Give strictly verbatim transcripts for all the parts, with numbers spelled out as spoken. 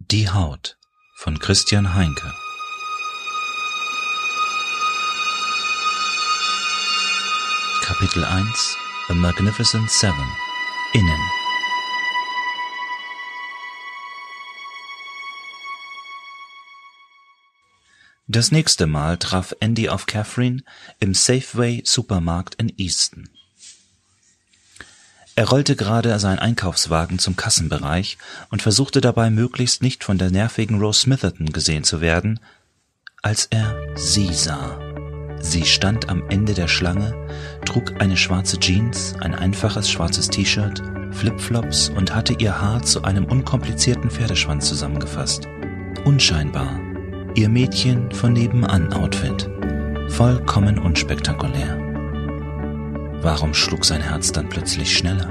Die Haut von Christian Heinke. Kapitel eins A Magnificent Seven. Innen. Das nächste Mal traf Andy auf Catherine im Safeway-Supermarkt in Easton. Er rollte gerade seinen Einkaufswagen zum Kassenbereich und versuchte dabei, möglichst nicht von der nervigen Rose Smitherton gesehen zu werden, als er sie sah. Sie stand am Ende der Schlange, trug eine schwarze Jeans, ein einfaches schwarzes T-Shirt, Flipflops und hatte ihr Haar zu einem unkomplizierten Pferdeschwanz zusammengefasst. Unscheinbar. Ihr Mädchen von nebenan-Outfit. Vollkommen unspektakulär. Warum schlug sein Herz dann plötzlich schneller?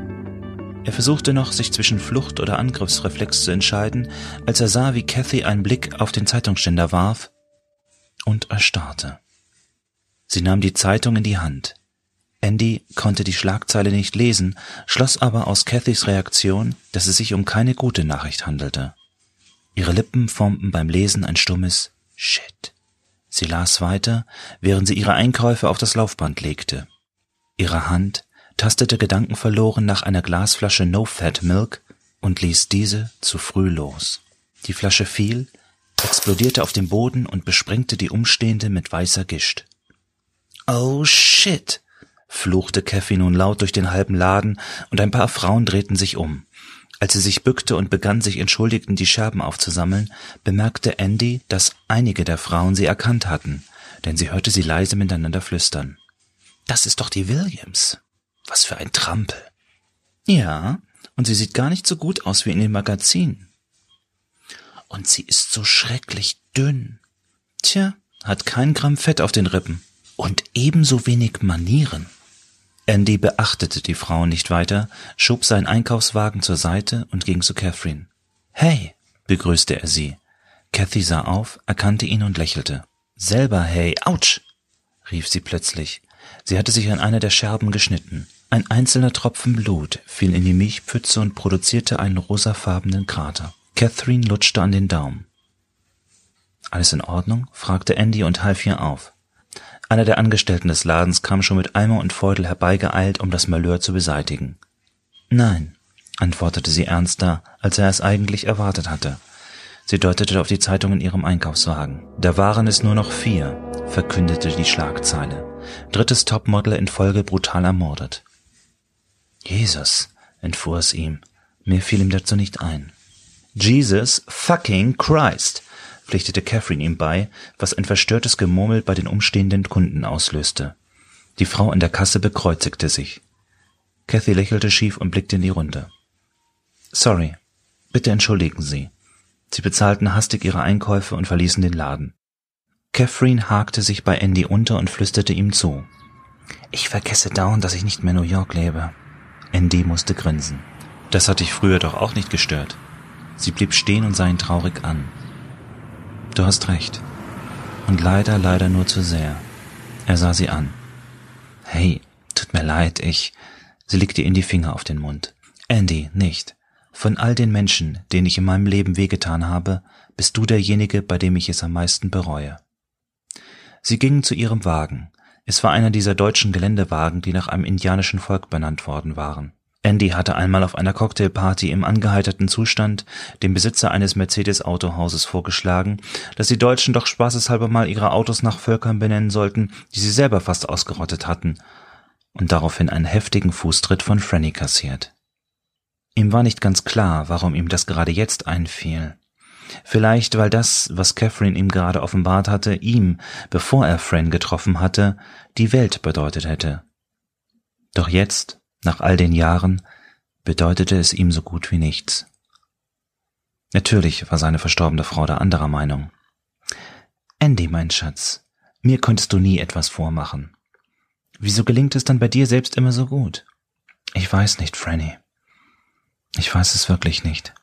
Er versuchte noch, sich zwischen Flucht oder Angriffsreflex zu entscheiden, als er sah, wie Cathy einen Blick auf den Zeitungsständer warf und erstarrte. Sie nahm die Zeitung in die Hand. Andy konnte die Schlagzeile nicht lesen, schloss aber aus Cathys Reaktion, dass es sich um keine gute Nachricht handelte. Ihre Lippen formten beim Lesen ein stummes Shit. Sie las weiter, während sie ihre Einkäufe auf das Laufband legte. Ihre Hand tastete gedankenverloren nach einer Glasflasche No-Fat Milk und ließ diese zu früh los. Die Flasche fiel, explodierte auf dem Boden und besprengte die Umstehende mit weißer Gischt. »Oh shit«, fluchte Cathy nun laut durch den halben Laden, und ein paar Frauen drehten sich um. Als sie sich bückte und begann, sich entschuldigend die Scherben aufzusammeln, bemerkte Andy, dass einige der Frauen sie erkannt hatten, denn sie hörte sie leise miteinander flüstern. »Das ist doch die Williams. Was für ein Trampel.« »Ja, und sie sieht gar nicht so gut aus wie in den Magazinen.« »Und sie ist so schrecklich dünn. Tja, hat kein Gramm Fett auf den Rippen. Und ebenso wenig Manieren.« Andy beachtete die Frau nicht weiter, schob seinen Einkaufswagen zur Seite und ging zu Catherine. »Hey«, begrüßte er sie. Cathy sah auf, erkannte ihn und lächelte. »Selber hey, ouch«, rief sie plötzlich. Sie hatte sich an einer der Scherben geschnitten. Ein einzelner Tropfen Blut fiel in die Milchpfütze und produzierte einen rosafarbenen Krater. Catherine lutschte an den Daumen. »Alles in Ordnung?« fragte Andy und half ihr auf. Einer der Angestellten des Ladens kam schon mit Eimer und Feudel herbeigeeilt, um das Malheur zu beseitigen. »Nein«, antwortete sie ernster, als er es eigentlich erwartet hatte. Sie deutete auf die Zeitung in ihrem Einkaufswagen. »Da waren es nur noch vier«, verkündete die Schlagzeile. »Drittes Topmodel in Folge brutal ermordet.« »Jesus«, entfuhr es ihm. Mehr fiel ihm dazu nicht ein. »Jesus fucking Christ«, pflichtete Catherine ihm bei, was ein verstörtes Gemurmel bei den umstehenden Kunden auslöste. Die Frau an der Kasse bekreuzigte sich. Cathy lächelte schief und blickte in die Runde. »Sorry, bitte entschuldigen Sie.« Sie bezahlten hastig ihre Einkäufe und verließen den Laden. Catherine hakte sich bei Andy unter und flüsterte ihm zu. »Ich vergesse dauernd, dass ich nicht mehr in New York lebe.« Andy musste grinsen. »Das hat dich früher doch auch nicht gestört.« Sie blieb stehen und sah ihn traurig an. »Du hast recht. Und leider, leider nur zu sehr.« Er sah sie an. »Hey, tut mir leid, ich...« Sie legte ihm die Finger auf den Mund. »Andy, nicht. Von all den Menschen, denen ich in meinem Leben wehgetan habe, bist du derjenige, bei dem ich es am meisten bereue.« Sie gingen zu ihrem Wagen. Es war einer dieser deutschen Geländewagen, die nach einem indianischen Volk benannt worden waren. Andy hatte einmal auf einer Cocktailparty im angeheiterten Zustand dem Besitzer eines Mercedes-Autohauses vorgeschlagen, dass die Deutschen doch spaßeshalber mal ihre Autos nach Völkern benennen sollten, die sie selber fast ausgerottet hatten, und daraufhin einen heftigen Fußtritt von Franny kassiert. Ihm war nicht ganz klar, warum ihm das gerade jetzt einfiel. Vielleicht, weil das, was Catherine ihm gerade offenbart hatte, ihm, bevor er Fran getroffen hatte, die Welt bedeutet hätte. Doch jetzt, nach all den Jahren, bedeutete es ihm so gut wie nichts. Natürlich war seine verstorbene Frau da anderer Meinung. »Andy, mein Schatz, mir konntest du nie etwas vormachen. Wieso gelingt es dann bei dir selbst immer so gut?« »Ich weiß nicht, Franny. Ich weiß es wirklich nicht.«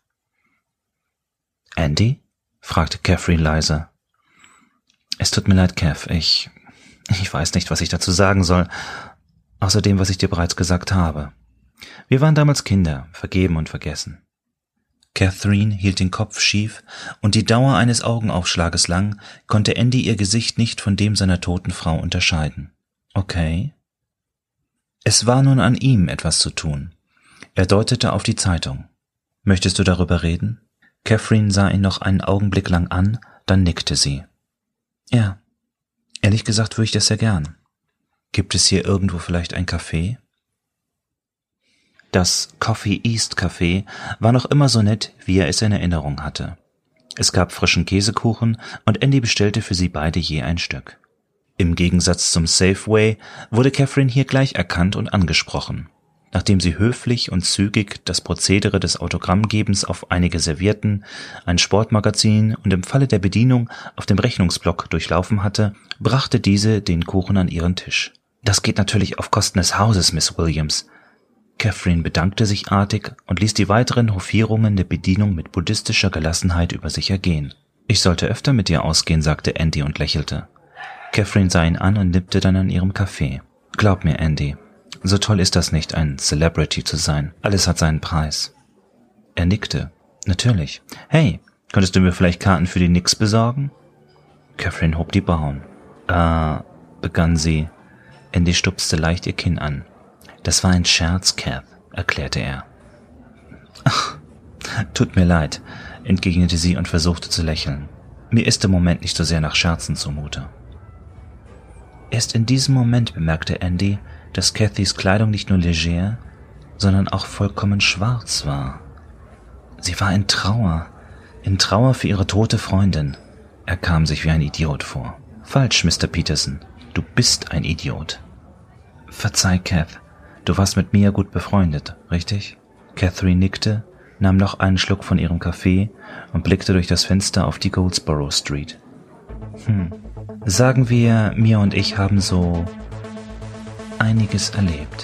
»Andy?« fragte Catherine leise. »Es tut mir leid, Cath, ich... ich weiß nicht, was ich dazu sagen soll, außer dem, was ich dir bereits gesagt habe. Wir waren damals Kinder, vergeben und vergessen.« Catherine hielt den Kopf schief, und die Dauer eines Augenaufschlages lang konnte Andy ihr Gesicht nicht von dem seiner toten Frau unterscheiden. Okay. Es war nun an ihm, etwas zu tun. Er deutete auf die Zeitung. »Möchtest du darüber reden?« Catherine sah ihn noch einen Augenblick lang an, dann nickte sie. »Ja, ehrlich gesagt würde ich das sehr gern. Gibt es hier irgendwo vielleicht ein Café?« Das Coffee East Café war noch immer so nett, wie er es in Erinnerung hatte. Es gab frischen Käsekuchen und Andy bestellte für sie beide je ein Stück. Im Gegensatz zum Safeway wurde Catherine hier gleich erkannt und angesprochen. Nachdem sie höflich und zügig das Prozedere des Autogrammgebens auf einige Servietten, ein Sportmagazin und im Falle der Bedienung auf dem Rechnungsblock durchlaufen hatte, brachte diese den Kuchen an ihren Tisch. »Das geht natürlich auf Kosten des Hauses, Miss Williams.« Catherine bedankte sich artig und ließ die weiteren Hofierungen der Bedienung mit buddhistischer Gelassenheit über sich ergehen. »Ich sollte öfter mit dir ausgehen«, sagte Andy und lächelte. Catherine sah ihn an und nippte dann an ihrem Kaffee. »Glaub mir, Andy, so toll ist das nicht, ein Celebrity zu sein. Alles hat seinen Preis.« Er nickte. »Natürlich. Hey, könntest du mir vielleicht Karten für die Knicks besorgen?« Catherine hob die Brauen. »Ah«, begann sie. Andy stupste leicht ihr Kinn an. »Das war ein Scherz, Kath«, erklärte er. »Ach, tut mir leid«, entgegnete sie und versuchte zu lächeln. »Mir ist im Moment nicht so sehr nach Scherzen zumute.« Erst in diesem Moment bemerkte Andy, dass Cathys Kleidung nicht nur leger, sondern auch vollkommen schwarz war. Sie war in Trauer, in Trauer für ihre tote Freundin. Er kam sich wie ein Idiot vor. »Falsch, Mister Peterson, du bist ein Idiot.« »Verzeih, Kath, du warst mit Mia gut befreundet, richtig?« Catherine nickte, nahm noch einen Schluck von ihrem Kaffee und blickte durch das Fenster auf die Goldsboro Street. »Hm, sagen wir, Mia und ich haben so einiges erlebt.«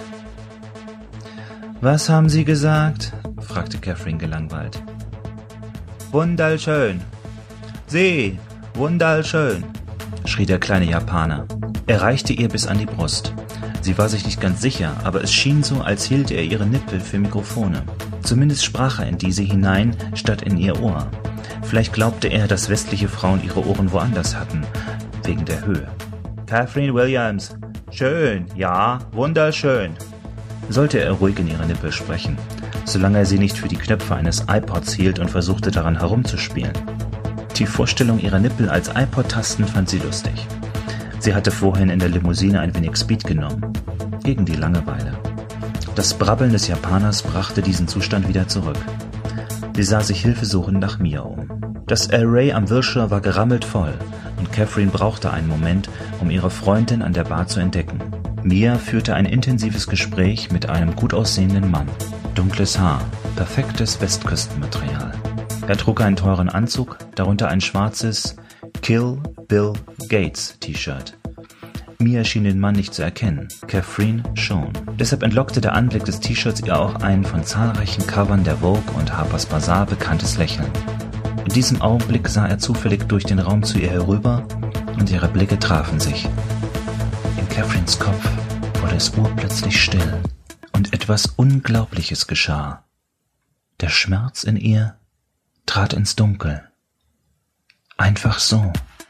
»Was haben Sie gesagt?« fragte Catherine gelangweilt. »Wunderschön. Sieh, wunderschön«, schrie der kleine Japaner. Er reichte ihr bis an die Brust. Sie war sich nicht ganz sicher, aber es schien so, als hielt er ihre Nippel für Mikrofone. Zumindest sprach er in diese hinein, statt in ihr Ohr. Vielleicht glaubte er, dass westliche Frauen ihre Ohren woanders hatten, wegen der Höhe. »Catherine Williams, schön, ja, wunderschön«, sollte er ruhig in ihre Nippel sprechen, solange er sie nicht für die Knöpfe eines iPods hielt und versuchte daran herumzuspielen. Die Vorstellung ihrer Nippel als iPod-Tasten fand sie lustig. Sie hatte vorhin in der Limousine ein wenig Speed genommen, gegen die Langeweile. Das Brabbeln des Japaners brachte diesen Zustand wieder zurück. Sie sah sich hilfesuchend nach Mia um. Das Array am Wilshire war gerammelt voll und Catherine brauchte einen Moment, um ihre Freundin an der Bar zu entdecken. Mia führte ein intensives Gespräch mit einem gut aussehenden Mann. Dunkles Haar, perfektes Westküstenmaterial. Er trug einen teuren Anzug, darunter ein schwarzes Kill Bill Gates T-Shirt. Mia schien den Mann nicht zu erkennen, Catherine schon. Deshalb entlockte der Anblick des T-Shirts ihr auch ein von zahlreichen Covern der Vogue und Harper's Bazaar bekanntes Lächeln. In diesem Augenblick sah er zufällig durch den Raum zu ihr herüber und ihre Blicke trafen sich. In Catherines Kopf wurde es urplötzlich still und etwas Unglaubliches geschah. Der Schmerz in ihr trat ins Dunkel. Einfach so.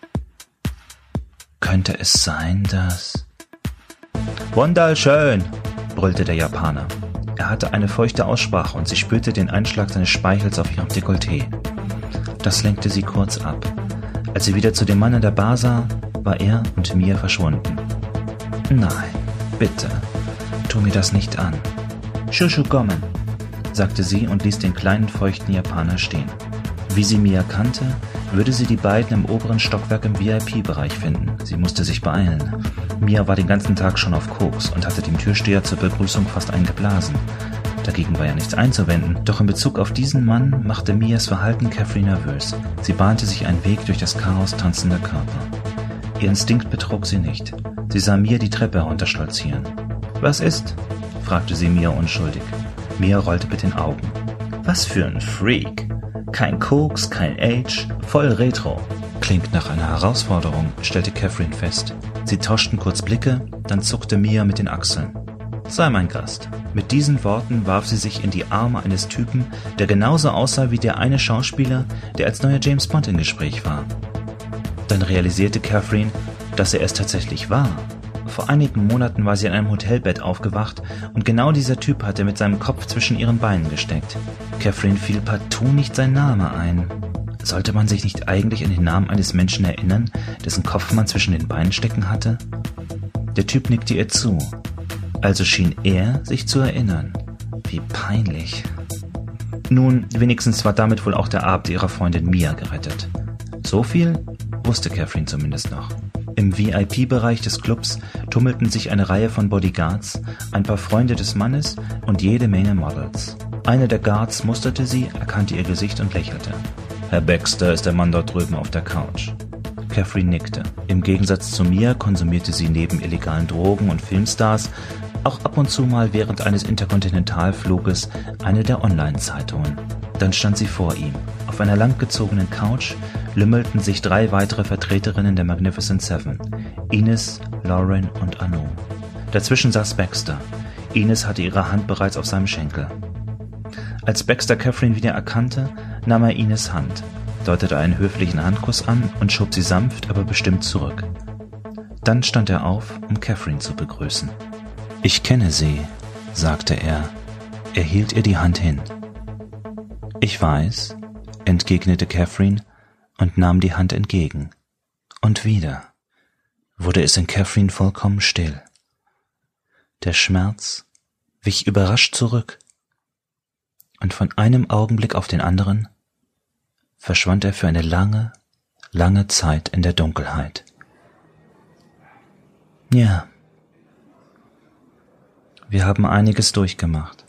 Könnte es sein, dass... »Wunderschön«, brüllte der Japaner. Er hatte eine feuchte Aussprache und sie spürte den Einschlag seines Speichels auf ihrem Dekolleté. Das lenkte sie kurz ab. Als sie wieder zu dem Mann in der Bar sah, war er und Mia verschwunden. »Nein, bitte, tu mir das nicht an.« »Shushu kommen«, sagte sie und ließ den kleinen feuchten Japaner stehen. Wie sie Mia kannte, würde sie die beiden im oberen Stockwerk im V I P-Bereich finden. Sie musste sich beeilen. Mia war den ganzen Tag schon auf Koks und hatte dem Türsteher zur Begrüßung fast eingeblasen. Dagegen war ja nichts einzuwenden, doch in Bezug auf diesen Mann machte Mias Verhalten Catherine nervös. Sie bahnte sich einen Weg durch das Chaos tanzender Körper. Ihr Instinkt betrog sie nicht. Sie sah Mia die Treppe herunterstolzieren. »Was ist?« fragte sie Mia unschuldig. Mia rollte mit den Augen. »Was für ein Freak! Kein Koks, kein Age, voll Retro.« »Klingt nach einer Herausforderung«, stellte Catherine fest. Sie tauschten kurz Blicke, dann zuckte Mia mit den Achseln. Sei mein Gast. Mit diesen Worten warf sie sich in die Arme eines Typen, der genauso aussah wie der eine Schauspieler, der als neuer James Bond im Gespräch war. Dann realisierte Catherine, dass er es tatsächlich war. Vor einigen Monaten war sie in einem Hotelbett aufgewacht und genau dieser Typ hatte mit seinem Kopf zwischen ihren Beinen gesteckt. Catherine fiel partout nicht sein Name ein. Sollte man sich nicht eigentlich an den Namen eines Menschen erinnern, dessen Kopf man zwischen den Beinen stecken hatte? Der Typ nickte ihr zu. Also schien er sich zu erinnern. Wie peinlich. Nun, wenigstens war damit wohl auch der Abend ihrer Freundin Mia gerettet. So viel wusste Catherine zumindest noch. Im V I P-Bereich des Clubs tummelten sich eine Reihe von Bodyguards, ein paar Freunde des Mannes und jede Menge Models. Einer der Guards musterte sie, erkannte ihr Gesicht und lächelte. Herr Baxter ist der Mann dort drüben auf der Couch. Catherine nickte. Im Gegensatz zu Mia konsumierte sie neben illegalen Drogen und Filmstars auch ab und zu mal während eines Interkontinentalfluges eine der Online-Zeitungen. Dann stand sie vor ihm. Auf einer langgezogenen Couch lümmelten sich drei weitere Vertreterinnen der Magnificent Seven, Ines, Lauren und Anu. Dazwischen saß Baxter. Ines hatte ihre Hand bereits auf seinem Schenkel. Als Baxter Catherine wieder erkannte, nahm er Ines Hand, deutete einen höflichen Handkuss an und schob sie sanft, aber bestimmt zurück. Dann stand er auf, um Catherine zu begrüßen. »Ich kenne Sie«, sagte er. Er hielt ihr die Hand hin. »Ich weiß«, entgegnete Catherine und nahm die Hand entgegen. Und wieder wurde es in Catherine vollkommen still. Der Schmerz wich überrascht zurück, und von einem Augenblick auf den anderen verschwand er für eine lange, lange Zeit in der Dunkelheit. Ja, wir haben einiges durchgemacht.